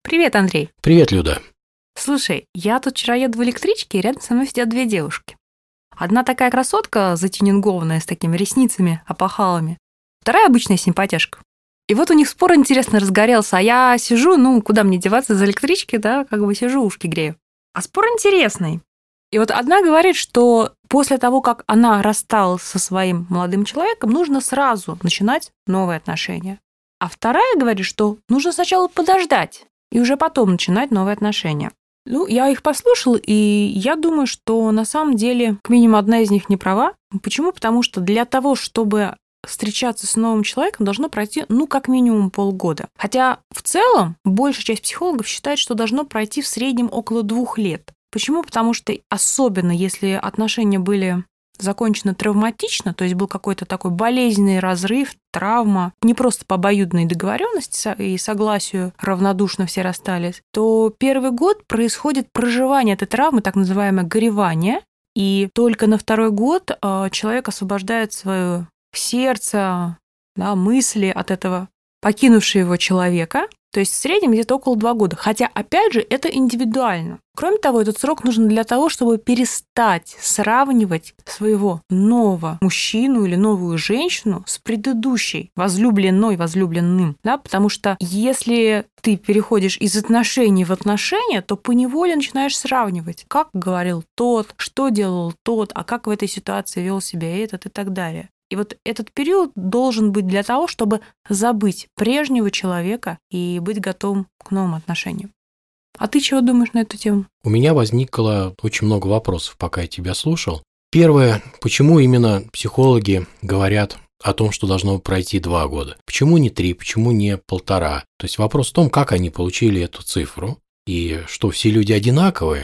Привет, Андрей. Привет, Люда. Слушай, я тут вчера еду в электричке, и рядом со мной сидят две девушки. Одна такая красотка, затюнингованная, с такими ресницами, опахалами. Вторая обычная симпатяшка. И вот у них спор интересно разгорелся, а я сижу, куда мне деваться из электрички, да, сижу, ушки грею. А спор интересный. И вот одна говорит, что после того, как она рассталась со своим молодым человеком, нужно сразу начинать новые отношения. А вторая говорит, что нужно сначала подождать и уже потом начинать новые отношения. Я их послушала, и я думаю, что на самом деле, как минимум, одна из них не права. Почему? Потому что для того, чтобы встречаться с новым человеком, должно пройти, как минимум полгода. Хотя в целом большая часть психологов считает, что должно пройти в среднем около 2 лет. Почему? Потому что особенно если отношения были закончены травматично, то есть был какой-то такой болезненный разрыв, травма, не просто по обоюдной договоренности и согласию равнодушно все расстались, то первый год происходит проживание этой травмы, так называемое горевание, и только на 2-й год человек освобождает свое сердце, мысли от этого покинувшего его человека. То есть в среднем где-то около 2 года. Хотя, опять же, это индивидуально. Кроме того, этот срок нужен для того, чтобы перестать сравнивать своего нового мужчину или новую женщину с предыдущей возлюбленным. Потому что если ты переходишь из отношений в отношения, то поневоле начинаешь сравнивать, как говорил тот, что делал тот, а как в этой ситуации вел себя этот и так далее. И вот этот период должен быть для того, чтобы забыть прежнего человека и быть готовым к новым отношениям. А ты чего думаешь на эту тему? У меня возникло очень много вопросов, пока я тебя слушал. Первое, почему именно психологи говорят о том, что должно пройти 2 года? Почему не 3, почему не 1,5? То есть вопрос в том, как они получили эту цифру, и что все люди одинаковые.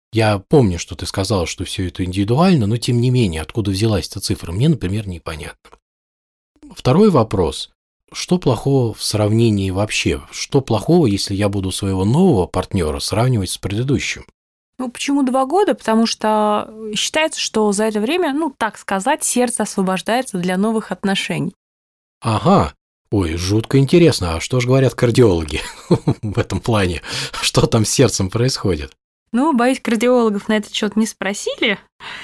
Я помню, что ты сказал, что все это индивидуально, но тем не менее, откуда взялась эта цифра, мне, например, непонятно. Второй вопрос. Что плохого в сравнении вообще? Что плохого, если я буду своего нового партнера сравнивать с предыдущим? Почему 2 года? Потому что считается, что за это время, так сказать, сердце освобождается для новых отношений. Ага. Ой, жутко интересно. А что же говорят кардиологи в этом плане? Что там с сердцем происходит? Боюсь, кардиологов на этот счет не спросили.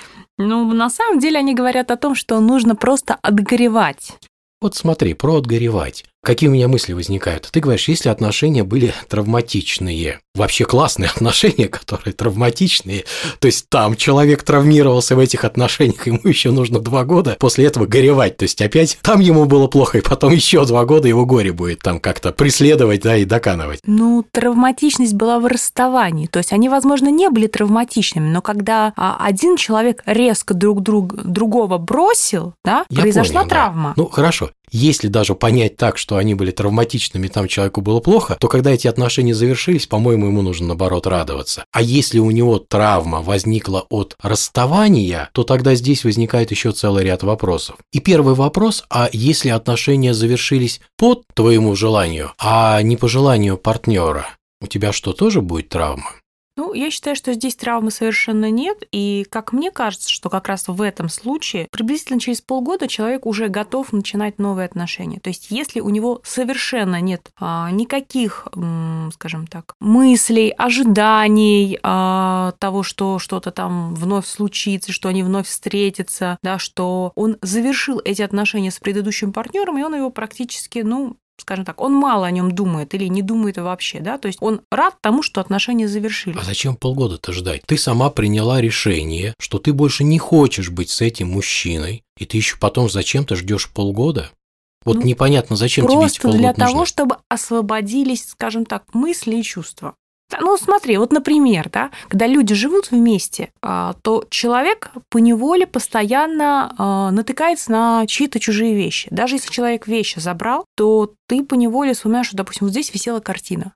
На самом деле они говорят о том, что нужно просто отгоревать. Вот смотри, про отгоревать. Какие у меня мысли возникают? Ты говоришь, если отношения были травматичные, вообще классные отношения, которые травматичные, то есть там человек травмировался в этих отношениях, ему еще нужно 2 года после этого горевать, то есть опять там ему было плохо, и потом еще 2 года его горе будет там как-то преследовать, и доканывать. Травматичность была в расставании, то есть они, возможно, не были травматичными, но когда один человек резко другого бросил, произошла травма. Хорошо. Если даже понять так, что они были травматичными, там человеку было плохо, то когда эти отношения завершились, по-моему, ему нужно, наоборот, радоваться. А если у него травма возникла от расставания, то тогда здесь возникает еще целый ряд вопросов. И первый вопрос, а если отношения завершились по твоему желанию, а не по желанию партнера, у тебя что, тоже будет травма? Я считаю, что здесь травмы совершенно нет, и как мне кажется, что как раз в этом случае приблизительно через полгода человек уже готов начинать новые отношения. То есть если у него совершенно нет никаких, скажем так, мыслей, ожиданий того, что что-то там вновь случится, что они вновь встретятся, что он завершил эти отношения с предыдущим партнером, и он его практически, скажем так, он мало о нем думает или не думает вообще, то есть он рад тому, что отношения завершились. А зачем полгода-то ждать? Ты сама приняла решение, что ты больше не хочешь быть с этим мужчиной, и ты еще потом зачем-то ждешь полгода? Непонятно, зачем тебе эти полгода нужны. Просто для того, чтобы освободились, скажем так, мысли и чувства. Смотри, например, когда люди живут вместе, то человек поневоле постоянно натыкается на чьи-то чужие вещи. Даже если человек вещи забрал, то ты поневоле вспоминаешь, что, допустим, вот здесь висела картина.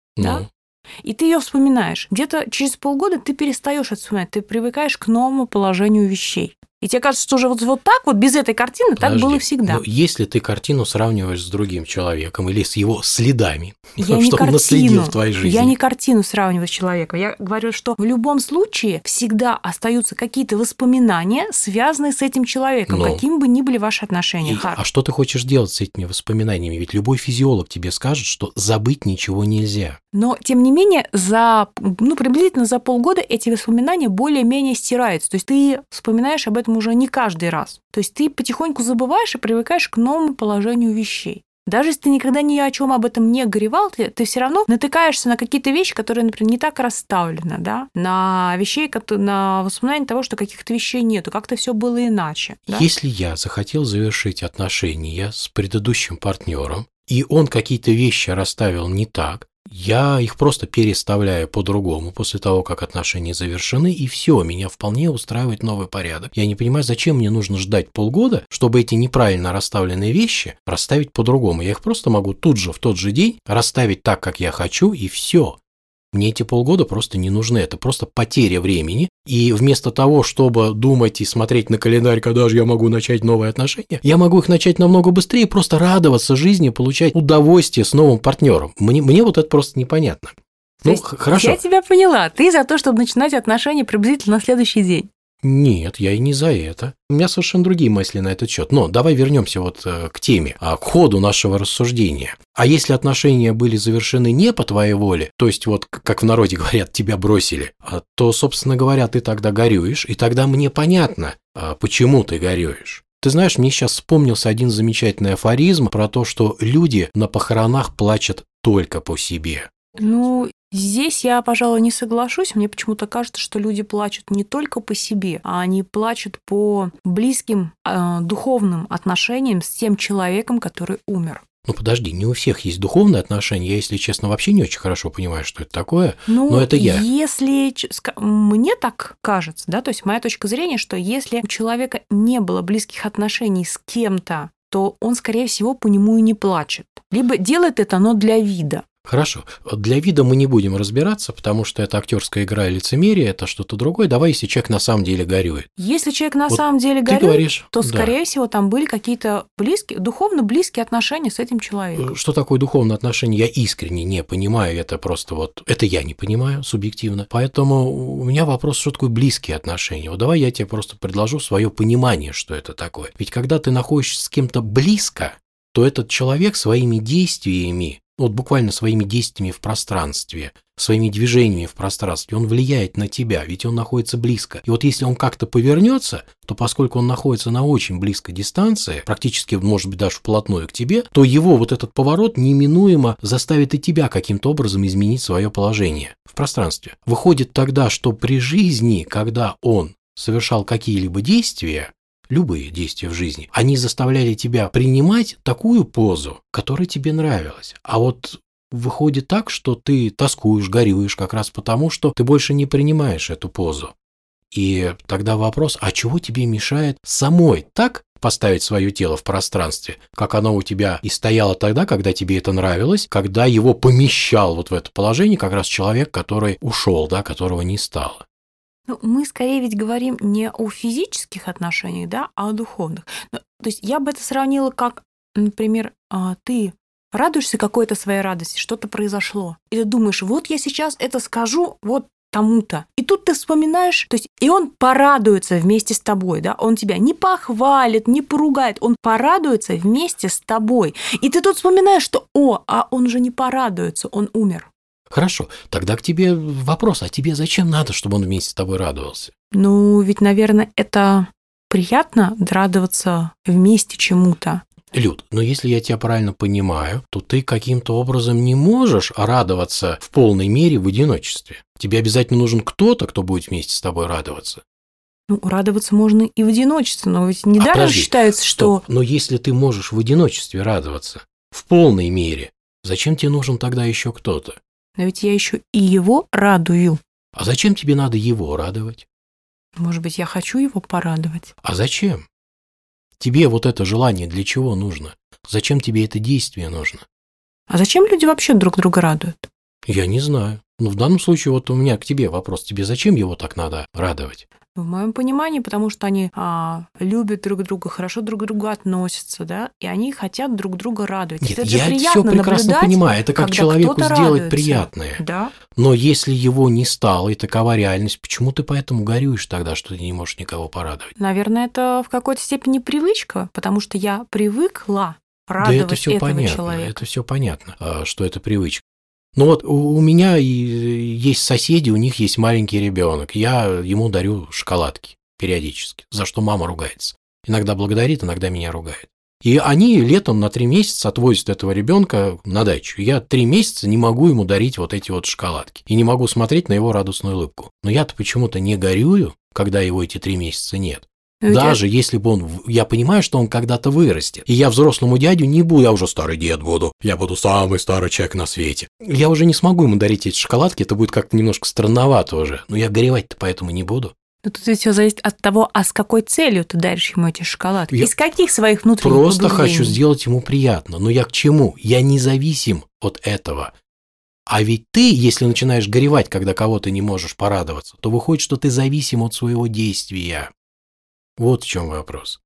И ты ее вспоминаешь. Где-то через полгода ты перестаешь это вспоминать, ты привыкаешь к новому положению вещей. И тебе кажется, что уже вот так вот, без этой картины, так было всегда. Но если ты картину сравниваешь с другим человеком или с его следами, я что он наследил в твоей жизни. Я не картину сравниваю с человеком. Я говорю, что в любом случае всегда остаются какие-то воспоминания, связанные с этим человеком, каким бы ни были ваши отношения. А что ты хочешь делать с этими воспоминаниями? Ведь любой физиолог тебе скажет, что забыть ничего нельзя. Но, тем не менее, приблизительно за полгода эти воспоминания более-менее стираются. То есть ты вспоминаешь об этом уже не каждый раз. То есть ты потихоньку забываешь и привыкаешь к новому положению вещей. Даже если ты никогда ни о чем об этом не горевал, ты все равно натыкаешься на какие-то вещи, которые, например, не так расставлены, да? На воспоминания того, что каких-то вещей нету, как-то все было иначе. Да? Если я захотел завершить отношения с предыдущим партнером, и он какие-то вещи расставил не так, я их просто переставляю по-другому после того, как отношения завершены, и все, меня вполне устраивает новый порядок. Я не понимаю, зачем мне нужно ждать полгода, чтобы эти неправильно расставленные вещи расставить по-другому. Я их просто могу тут же, в тот же день расставить так, как я хочу, и все. Мне эти полгода просто не нужны, это просто потеря времени. И вместо того, чтобы думать и смотреть на календарь, когда же я могу начать новые отношения, я могу их начать намного быстрее, просто радоваться жизни, получать удовольствие с новым партнером. Мне вот это просто непонятно. Хорошо. Я тебя поняла. Ты за то, чтобы начинать отношения приблизительно на следующий день. Нет, я и не за это. У меня совершенно другие мысли на этот счет. Но давай вернемся к теме, к ходу нашего рассуждения. А если отношения были завершены не по твоей воле, то есть как в народе говорят, тебя бросили, то, собственно говоря, ты тогда горюешь, и тогда мне понятно, почему ты горюешь. Ты знаешь, мне сейчас вспомнился один замечательный афоризм про то, что люди на похоронах плачут только по себе. Здесь я, пожалуй, не соглашусь. Мне почему-то кажется, что люди плачут не только по себе, а они плачут по близким духовным отношениям с тем человеком, который умер. Подожди, не у всех есть духовные отношения. Я, если честно, вообще не очень хорошо понимаю, что это такое, но это я. Если мне так кажется, да, то есть моя точка зрения, что если у человека не было близких отношений с кем-то, то он, скорее всего, по нему и не плачет. Либо делает это, но для вида. Хорошо. Для вида мы не будем разбираться, потому что это актерская игра и лицемерие, это что-то другое. Давай, если человек на самом деле горюет. Если человек на самом деле горюет, то, скорее всего, там были какие-то духовно близкие отношения с этим человеком. Что такое духовное отношение, я искренне не понимаю. Это просто это я не понимаю субъективно. Поэтому у меня вопрос, что такое близкие отношения. Давай я тебе просто предложу свое понимание, что это такое. Ведь когда ты находишься с кем-то близко, то этот человек своими действиями, буквально своими действиями в пространстве, своими движениями в пространстве, он влияет на тебя, ведь он находится близко. И если он как-то повернется, то поскольку он находится на очень близкой дистанции, практически, может быть, даже вплотную к тебе, то его этот поворот неминуемо заставит и тебя каким-то образом изменить свое положение в пространстве. Выходит тогда, что при жизни, когда он совершал какие-либо действия, любые действия в жизни, они заставляли тебя принимать такую позу, которая тебе нравилась. А выходит так, что ты тоскуешь, горюешь как раз потому, что ты больше не принимаешь эту позу. И тогда вопрос, а чего тебе мешает самой так поставить свое тело в пространстве, как оно у тебя и стояло тогда, когда тебе это нравилось, когда его помещал в это положение как раз человек, который ушел, да, которого не стало. Мы скорее ведь говорим не о физических отношениях, да, а о духовных. То есть я бы это сравнила как, например, ты радуешься какой-то своей радости, что-то произошло. И ты думаешь, я сейчас это скажу тому-то. И тут ты вспоминаешь, то есть и он порадуется вместе с тобой, да, он тебя не похвалит, не поругает, он порадуется вместе с тобой. И ты тут вспоминаешь, что, а он же не порадуется, он умер. Хорошо, тогда к тебе вопрос, а тебе зачем надо, чтобы он вместе с тобой радовался? Ведь, наверное, это приятно радоваться вместе чему-то. Люд, но если я тебя правильно понимаю, то ты каким-то образом не можешь радоваться в полной мере в одиночестве. Тебе обязательно нужен кто-то, кто будет вместе с тобой радоваться. Радоваться можно и в одиночестве, но ведь недаром считается, что... Но если ты можешь в одиночестве радоваться в полной мере, зачем тебе нужен тогда еще кто-то? Но ведь я еще и его радую. А зачем тебе надо его радовать? Может быть, я хочу его порадовать. А зачем? Тебе это желание для чего нужно? Зачем тебе это действие нужно? А зачем люди вообще друг друга радуют? Я не знаю. Ну, в данном случае вот у меня к тебе вопрос. Тебе зачем его так надо радовать? В моем понимании, потому что они любят друг друга, хорошо друг к другу относятся, да, и они хотят друг друга радовать. Нет, это я приятно все прекрасно наблюдать, понимаю. Это как когда человеку кто-то сделать радуется. приятное. Да. Но если его не стало, и такова реальность, почему ты поэтому горюешь тогда, что ты не можешь никого порадовать? Наверное, это в какой-то степени привычка, потому что я привыкла радовать Да это все этого понятно, человека. это все понятно, что это привычка. Ну вот у меня есть соседи, у них есть маленький ребенок. Я ему дарю шоколадки периодически, за что мама ругается. Иногда благодарит, иногда меня ругает. И они летом на 3 месяца отвозят этого ребенка на дачу. Я 3 месяца не могу ему дарить вот эти вот шоколадки. И не могу смотреть на его радостную улыбку. Но я-то почему-то не горюю, когда его эти 3 месяца нет. Даже если бы я понимаю, что он когда-то вырастет, и я взрослому дядю не буду, я уже старый дед буду, я буду самый старый человек на свете. Я уже не смогу ему дарить эти шоколадки, это будет как-то немножко странновато уже, но я горевать-то поэтому не буду. Но тут ведь все зависит от того, с какой целью ты даришь ему эти шоколадки, из каких своих внутренних Просто побуждений. хочу сделать ему приятно, но я к чему? Я независим от этого. А ведь ты, если начинаешь горевать, когда кого-то не можешь порадоваться, то выходит, что ты зависим от своего действия. Вот в чем вопрос.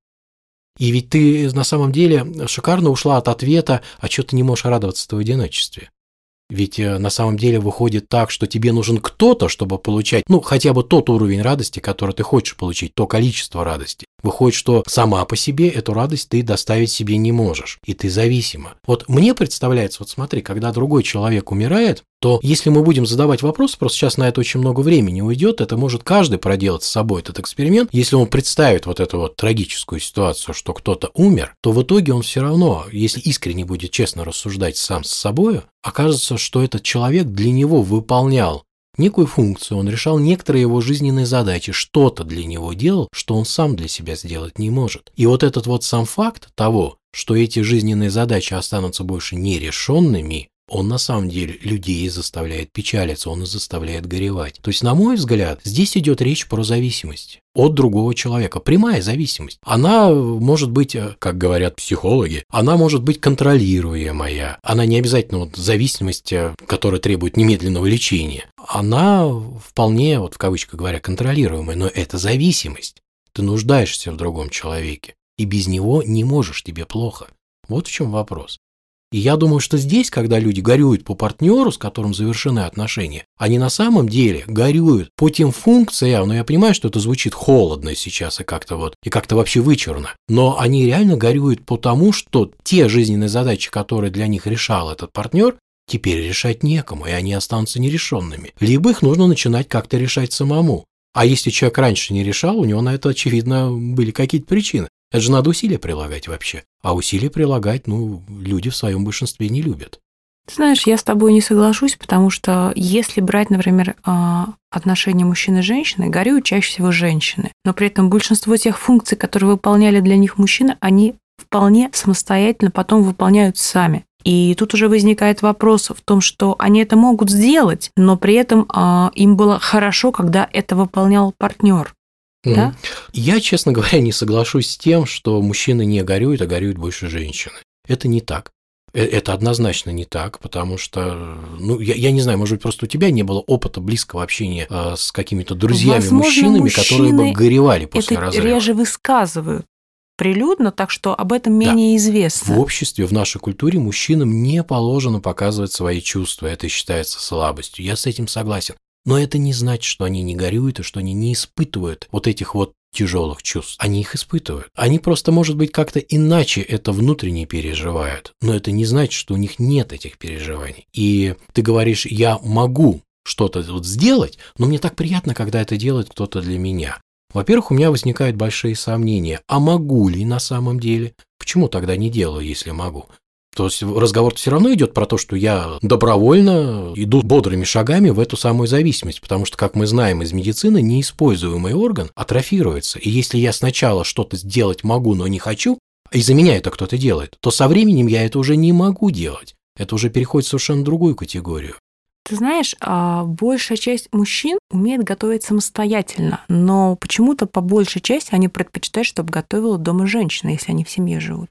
И ведь ты на самом деле шикарно ушла от ответа, а что ты не можешь радоваться в одиночестве. Ведь на самом деле выходит так, что тебе нужен кто-то, чтобы получать, хотя бы тот уровень радости, который ты хочешь получить, то количество радости. Выходит, что сама по себе эту радость ты доставить себе не можешь, и ты зависима. Вот мне представляется, вот смотри, когда другой человек умирает, то если мы будем задавать вопросы, просто сейчас на это очень много времени уйдет, это может каждый проделать с собой этот эксперимент. Если он представит вот эту вот трагическую ситуацию, что кто-то умер, то в итоге он все равно, если искренне будет честно рассуждать сам с собой, окажется, что этот человек для него выполнял некую функцию, он решал некоторые его жизненные задачи, что-то для него делал, что он сам для себя сделать не может. И вот этот вот сам факт того, что эти жизненные задачи останутся больше нерешенными, он на самом деле людей заставляет печалиться, он и заставляет горевать. То есть, на мой взгляд, здесь идет речь про зависимость от другого человека. Прямая зависимость. Она может быть, как говорят психологи, она может быть контролируемая. Она не обязательно вот зависимость, которая требует немедленного лечения. Она вполне, вот в кавычках говоря, контролируемая, но это зависимость. Ты нуждаешься в другом человеке, и без него не можешь, тебе плохо. Вот в чем вопрос. И я думаю, что здесь, когда люди горюют по партнеру, с которым завершены отношения, они на самом деле горюют по тем функциям, я понимаю, что это звучит холодно сейчас и как-то вообще вычурно, но они реально горюют по тому, что те жизненные задачи, которые для них решал этот партнер, теперь решать некому, и они останутся нерешенными. Либо их нужно начинать как-то решать самому. А если человек раньше не решал, у него на это, очевидно, были какие-то причины. Это же надо усилия прилагать вообще. А усилия прилагать, люди в своем большинстве не любят. Ты знаешь, я с тобой не соглашусь, потому что если брать, например, отношения мужчины и женщины, горюют чаще всего женщины. Но при этом большинство тех функций, которые выполняли для них мужчины, они вполне самостоятельно потом выполняют сами. И тут уже возникает вопрос в том, что они это могут сделать, но при этом им было хорошо, когда это выполнял партнер. Да? Я, честно говоря, не соглашусь с тем, что мужчины не горюют, а горюют больше женщины. Это не так. Это однозначно не так, потому что, я не знаю, может быть, просто у тебя не было опыта близкого общения с какими-то друзьями-мужчинами, которые бы горевали после разрыва. Это реже высказывают прилюдно, так что об этом менее известно. В обществе, в нашей культуре мужчинам не положено показывать свои чувства, это считается слабостью. Я с этим согласен. Но это не значит, что они не горюют и что они не испытывают вот этих вот тяжелых чувств. Они их испытывают. Они просто, может быть, как-то иначе это внутренне переживают. Но это не значит, что у них нет этих переживаний. И ты говоришь, я могу что-то вот сделать, но мне так приятно, когда это делает кто-то для меня. Во-первых, у меня возникают большие сомнения. А могу ли на самом деле? Почему тогда не делаю, если могу? То есть разговор все равно идет про то, что я добровольно иду бодрыми шагами в эту самую зависимость, потому что, как мы знаем из медицины, неиспользуемый орган атрофируется. И если я сначала что-то сделать могу, но не хочу, и за меня это кто-то делает, то со временем я это уже не могу делать. Это уже переходит в совершенно другую категорию. Ты знаешь, большая часть мужчин умеет готовить самостоятельно, но почему-то по большей части они предпочитают, чтобы готовила дома женщина, если они в семье живут.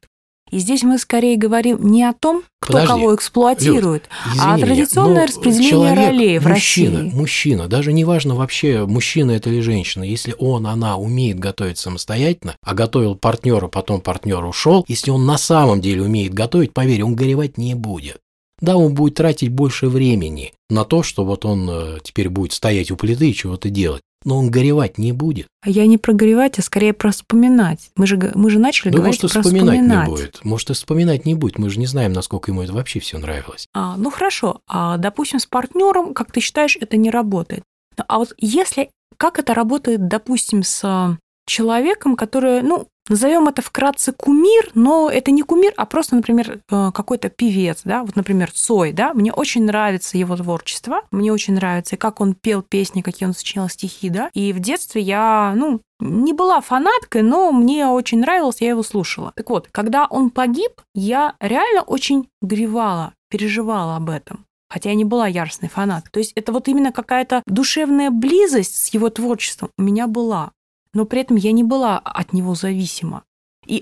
И здесь мы скорее говорим не о том, кто кого эксплуатирует, а о традиционное распределение ролей в России. Мужчина, даже неважно вообще, мужчина это или женщина, если она умеет готовить самостоятельно, а готовил партнера, потом партнер ушел, если он на самом деле умеет готовить, поверь, он горевать не будет. Да, он будет тратить больше времени на то, что вот он теперь будет стоять у плиты и чего-то делать. Но он горевать не будет. А я не про горевать, а скорее про вспоминать. Мы же начали говорить про вспоминать. Может, и вспоминать не будет. Может, и вспоминать не будет. Мы же не знаем, насколько ему это вообще все нравилось. Ну, хорошо. Допустим, с партнером, как ты считаешь, это не работает. А вот как это работает, допустим, с человеком, который, назовем это вкратце кумир, но это не кумир, а просто, например, какой-то певец, да, вот, например, Цой, да, мне очень нравится его творчество, мне очень нравится, и как он пел песни, какие он сочинял стихи, да, и в детстве я, не была фанаткой, но мне очень нравилось, я его слушала. Так вот, когда он погиб, я реально очень горевала, переживала об этом. Хотя я не была яростной фанаткой. То есть это вот именно какая-то душевная близость с его творчеством у меня была. Но при этом я не была от него зависима. И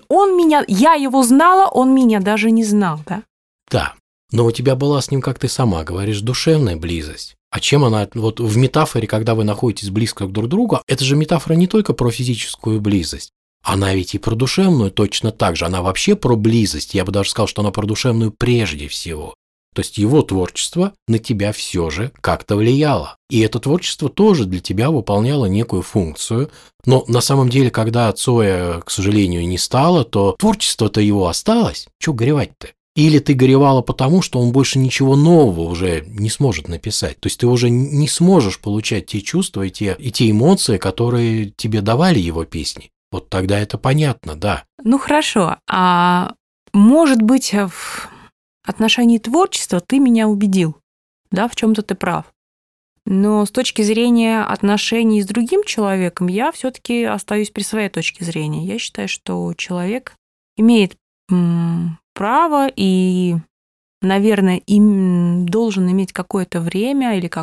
я его знала, он меня даже не знал, да? Да, но у тебя была с ним, как ты сама говоришь, душевная близость. А чем она, вот в метафоре, когда вы находитесь близко друг к другу, это же метафора не только про физическую близость, она ведь и про душевную точно так же, она вообще про близость, я бы даже сказал, что она про душевную прежде всего. То есть его творчество на тебя все же как-то влияло. И это творчество тоже для тебя выполняло некую функцию. Но на самом деле, когда Цоя, к сожалению, не стало, то творчество-то его осталось. Чего горевать-то? Или ты горевала потому, что он больше ничего нового уже не сможет написать. То есть ты уже не сможешь получать те чувства и те эмоции, которые тебе давали его песни. Вот тогда это понятно, да. Хорошо. А может быть, в отношении творчества ты меня убедил, да, в чем-то ты прав. Но с точки зрения отношений с другим человеком я все-таки остаюсь при своей точке зрения. Я считаю, что человек имеет право и, наверное, должен иметь какое-то время, или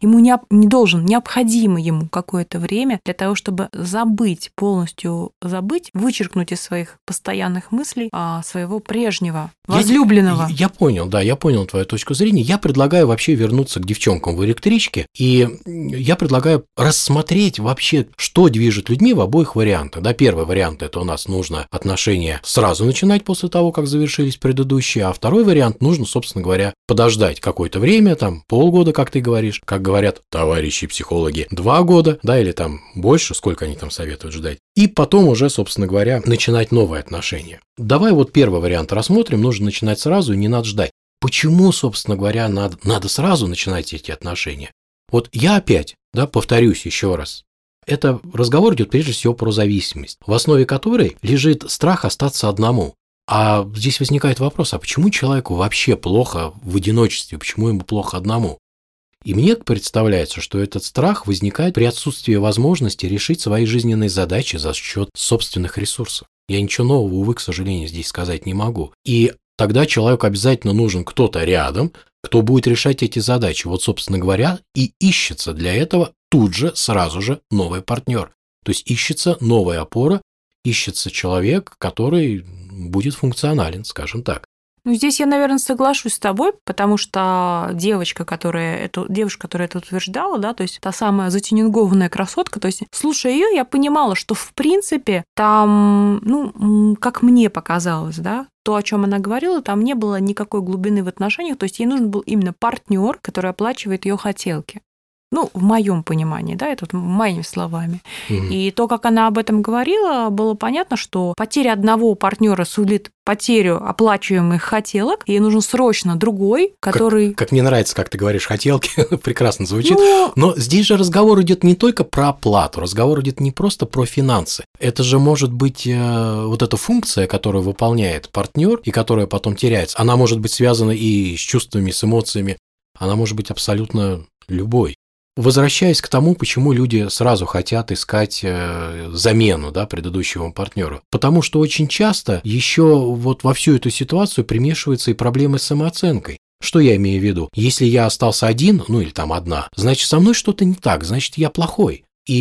необходимо ему какое-то время для того, чтобы полностью забыть, вычеркнуть из своих постоянных мыслей своего прежнего возлюбленного. Я понял твою точку зрения. Я предлагаю вообще вернуться к девчонкам в электричке, и я предлагаю рассмотреть вообще, что движет людьми в обоих вариантах. Да, первый вариант – это у нас нужно отношения сразу начинать после того, как завершились предыдущие, а второй вариант – нужно, собственно говоря, подождать какое-то время, там, полгода, как ты говоришь, как говорят товарищи психологи, 2 года, да, или там больше, сколько они там советуют ждать, и потом уже, собственно говоря, начинать новые отношения. Давай вот первый вариант рассмотрим, нужно начинать сразу и не надо ждать. Почему, собственно говоря, надо сразу начинать эти отношения? Вот я опять, повторюсь еще раз, это разговор идет прежде всего про зависимость, в основе которой лежит страх остаться одному. А здесь возникает вопрос, а почему человеку вообще плохо в одиночестве, почему ему плохо одному? И мне представляется, что этот страх возникает при отсутствии возможности решить свои жизненные задачи за счет собственных ресурсов. Я ничего нового, увы, к сожалению, здесь сказать не могу. И тогда человеку обязательно нужен кто-то рядом, кто будет решать эти задачи. Вот, собственно говоря, и ищется для этого тут же, сразу же новый партнер. То есть ищется новая опора, ищется человек, который будет функционален, скажем так. Здесь я, наверное, соглашусь с тобой, потому что девушка, которая это утверждала, да, то есть та самая затюнингованная красотка, то есть, слушая ее, я понимала, что, в принципе, там, как мне показалось, да, то, о чем она говорила, там не было никакой глубины в отношениях, то есть ей нужен был именно партнер, который оплачивает ее хотелки. В моем понимании, да, это моими словами. И то, как она об этом говорила, было понятно, что потеря одного партнера сулит потерю оплачиваемых хотелок, ей нужен срочно другой, который... Как мне нравится, как ты говоришь, хотелки, прекрасно звучит. Но здесь же разговор идет не только про оплату, разговор идет не просто про финансы. Это же может быть вот эта функция, которую выполняет партнер и которая потом теряется. Она может быть связана и с чувствами, с эмоциями. Она может быть абсолютно любой. Возвращаясь к тому, почему люди сразу хотят искать замену, предыдущему партнеру. Потому что очень часто еще вот во всю эту ситуацию примешиваются и проблемы с самооценкой. Что я имею в виду? Если я остался один, или там одна, значит, со мной что-то не так, значит, я плохой. И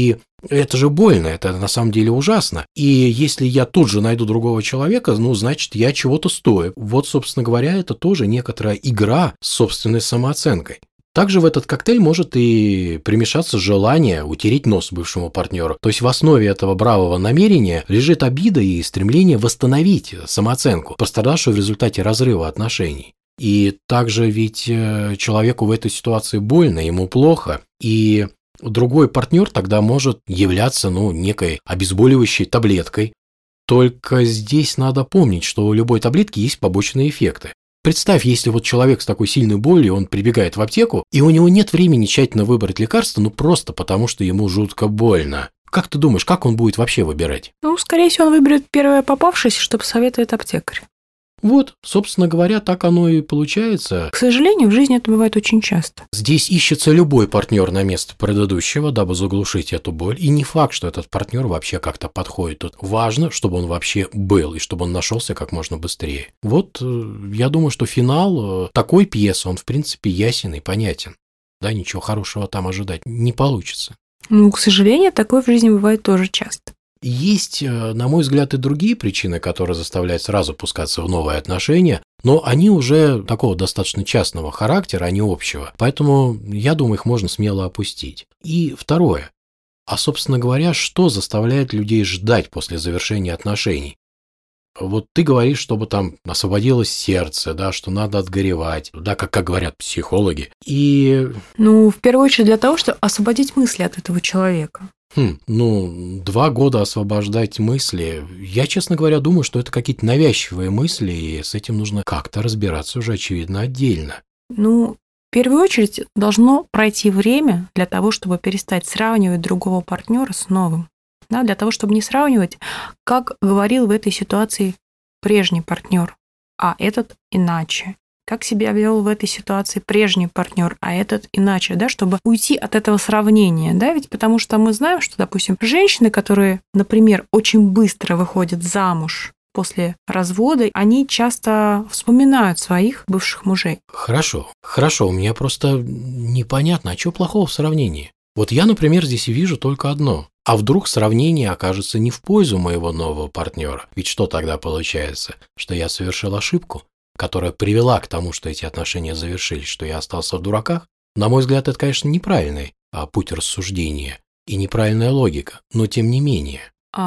Это же больно, это на самом деле ужасно. И если я тут же найду другого человека, значит, я чего-то стою. Вот, собственно говоря, это тоже некоторая игра с собственной самооценкой. Также в этот коктейль может и примешаться желание утереть нос бывшему партнеру. То есть в основе этого бравого намерения лежит обида и стремление восстановить самооценку, пострадавшую в результате разрыва отношений. И также ведь человеку в этой ситуации больно, ему плохо, и другой партнер тогда может являться, некой обезболивающей таблеткой. Только здесь надо помнить, что у любой таблетки есть побочные эффекты. Представь, если вот человек с такой сильной болью, он прибегает в аптеку, и у него нет времени тщательно выбрать лекарство, просто потому что ему жутко больно. Как ты думаешь, как он будет вообще выбирать? Скорее всего, он выберет первое попавшееся, что посоветует аптекарь. Вот, собственно говоря, так оно и получается. К сожалению, в жизни это бывает очень часто. Здесь ищется любой партнер на место предыдущего, дабы заглушить эту боль. И не факт, что этот партнер вообще как-то подходит. Тут важно, чтобы он вообще был и чтобы он нашелся как можно быстрее. Вот, я думаю, что финал такой пьесы, он в принципе ясен и понятен. Да, ничего хорошего там ожидать не получится. К сожалению, такое в жизни бывает тоже часто. Есть, на мой взгляд, и другие причины, которые заставляют сразу пускаться в новые отношения, но они уже такого достаточно частного характера, а не общего. Поэтому, я думаю, их можно смело опустить. И второе. А, собственно говоря, что заставляет людей ждать после завершения отношений? Вот ты говоришь, чтобы там освободилось сердце, да, что надо отгоревать, да, как говорят психологи. И... в первую очередь для того, чтобы освободить мысли от этого человека. 2 года освобождать мысли. Я, честно говоря, думаю, что это какие-то навязчивые мысли, и с этим нужно как-то разбираться уже, очевидно, отдельно. В первую очередь должно пройти время для того, чтобы перестать сравнивать другого партнера с новым. Да, для того, чтобы не сравнивать, как говорил в этой ситуации прежний партнер, а этот иначе. Как себя вел в этой ситуации прежний партнер, а этот иначе, да, чтобы уйти от этого сравнения, да, ведь потому что мы знаем, что, допустим, женщины, которые, например, очень быстро выходят замуж после развода, они часто вспоминают своих бывших мужей. Хорошо, у меня просто непонятно, а что плохого в сравнении? Вот я, например, здесь вижу только одно. А вдруг сравнение окажется не в пользу моего нового партнера? Ведь что тогда получается? Что я совершил ошибку, которая привела к тому, что эти отношения завершились, что я остался в дураках? На мой взгляд, это, конечно, неправильный путь рассуждения и неправильная логика, но тем не менее.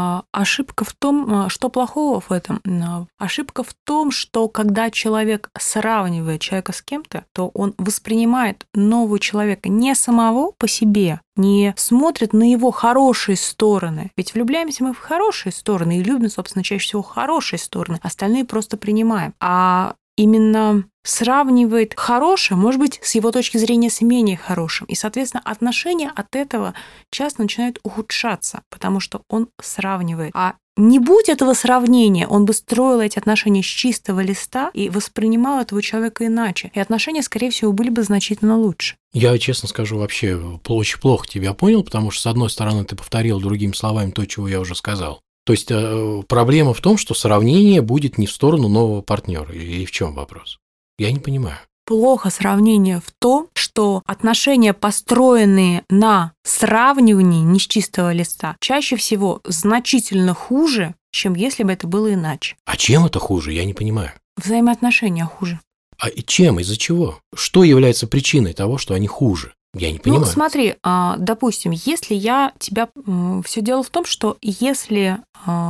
Ошибка в том, что плохого в этом? Ошибка в том, что когда человек сравнивает человека с кем-то, то он воспринимает нового человека не самого по себе, не смотрит на его хорошие стороны. Ведь влюбляемся мы в хорошие стороны и любим, собственно, чаще всего хорошие стороны. Остальные просто принимаем. А именно сравнивает хорошее, может быть, с его точки зрения с менее хорошим. И, соответственно, отношения от этого часто начинают ухудшаться, потому что он сравнивает. А не будь этого сравнения, он бы строил эти отношения с чистого листа и воспринимал этого человека иначе. И отношения, скорее всего, были бы значительно лучше. Я, честно скажу, вообще очень плохо тебя понял, потому что, с одной стороны, ты повторил другими словами то, чего я уже сказал. То есть проблема в том, что сравнение будет не в сторону нового партнера. Или в чем вопрос? Я не понимаю. Плохо сравнение в том, что отношения, построенные на сравнивании не с чистого листа, чаще всего значительно хуже, чем если бы это было иначе. А чем это хуже? Я не понимаю. Взаимоотношения хуже. А чем? Из-за чего? Что является причиной того, что они хуже? Я не понимаю. Смотри, допустим, если я тебя... Все дело в том, что если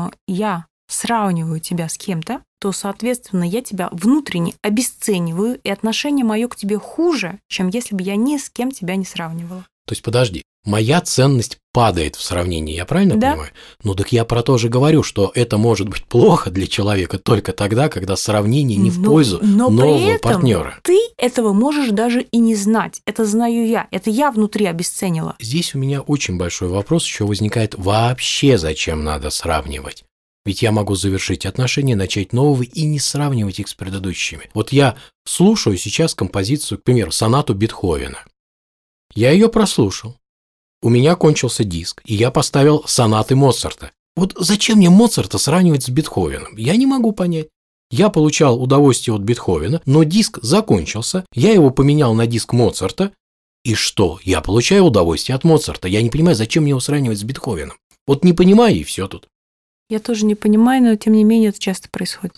я сравниваю тебя с кем-то, то, соответственно, я тебя внутренне обесцениваю, и отношение мое к тебе хуже, чем если бы я ни с кем тебя не сравнивала. То есть, подожди, моя ценность падает в сравнении, я правильно понимаю? Ну, так я про то же говорю, что это может быть плохо для человека только тогда, когда сравнение не в пользу нового партнера. Ты этого можешь даже и не знать. Это знаю я. Это я внутри обесценила. Здесь у меня очень большой вопрос еще возникает: вообще зачем надо сравнивать? Ведь я могу завершить отношения, начать новые и не сравнивать их с предыдущими. Вот я слушаю сейчас композицию, к примеру, сонату Бетховена. Я ее прослушал. У меня кончился диск, и я поставил сонаты Моцарта. Вот зачем мне Моцарта сравнивать с Бетховеном? Я не могу понять. Я получал удовольствие от Бетховена, но диск закончился, я его поменял на диск Моцарта, И что? Я получаю удовольствие от Моцарта. Я не понимаю, зачем мне его сравнивать с Бетховеном. Вот не понимаю, и все тут. Я тоже не понимаю, но тем не менее это часто происходит.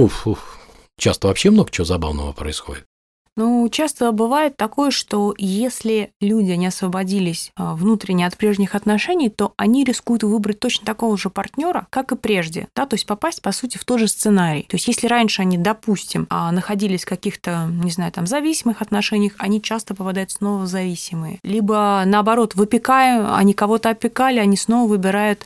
Часто вообще много чего забавного происходит. Часто бывает такое, что если люди не освободились внутренне от прежних отношений, то они рискуют выбрать точно такого же партнера, как и прежде, да, то есть попасть, по сути, в тот же сценарий. То есть если раньше они, допустим, находились в каких-то, зависимых отношениях, они часто попадают снова в зависимые. Либо, наоборот, выпекая, они кого-то опекали, они снова выбирают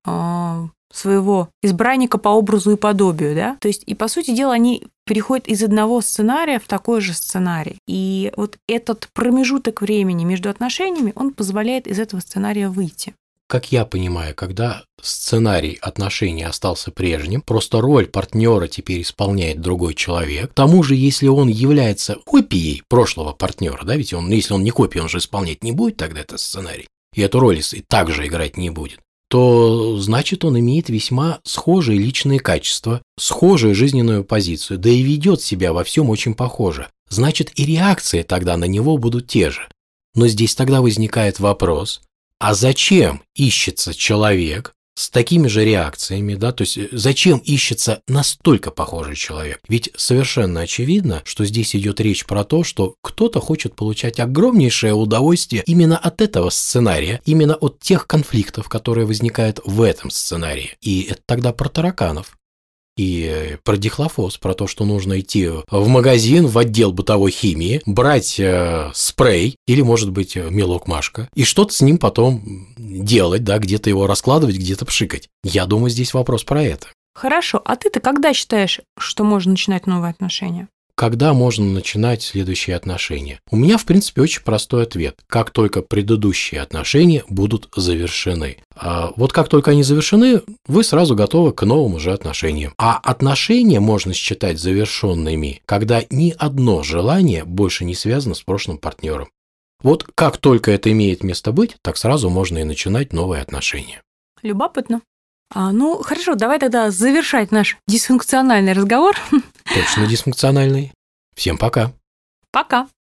своего избранника по образу и подобию, да? То есть, и по сути дела, они переходят из одного сценария в такой же сценарий. И вот этот промежуток времени между отношениями, он позволяет из этого сценария выйти. Как я понимаю, когда сценарий отношений остался прежним, просто роль партнера теперь исполняет другой человек. К тому же, если он является копией прошлого партнера, да, ведь если он не копия, он же исполнять не будет тогда этот сценарий, и эту роль и также играть не будет, то значит он имеет весьма схожие личные качества, схожую жизненную позицию, да и ведет себя во всем очень похоже. Значит, и реакции тогда на него будут те же. Но здесь тогда возникает вопрос, а зачем ищется человек с такими же реакциями, да, то есть зачем ищется настолько похожий человек? Ведь совершенно очевидно, что здесь идет речь про то, что кто-то хочет получать огромнейшее удовольствие именно от этого сценария, именно от тех конфликтов, которые возникают в этом сценарии. И это тогда про тараканов. И про дихлофос, про то, что нужно идти в магазин, в отдел бытовой химии, брать спрей или, может быть, мелок Машка, и что-то с ним потом делать, да, где-то его раскладывать, где-то пшикать. Я думаю, здесь вопрос про это. Хорошо, а ты-то когда считаешь, что можно начинать новые отношения? Когда можно начинать следующие отношения? У меня, в принципе, очень простой ответ. Как только предыдущие отношения будут завершены. Вот как только они завершены, вы сразу готовы к новым уже отношениям. А отношения можно считать завершенными, когда ни одно желание больше не связано с прошлым партнером. Вот как только это имеет место быть, так сразу можно и начинать новые отношения. Любопытно. Хорошо, давай тогда завершать наш дисфункциональный разговор. Точно дисфункциональный. Всем пока. Пока.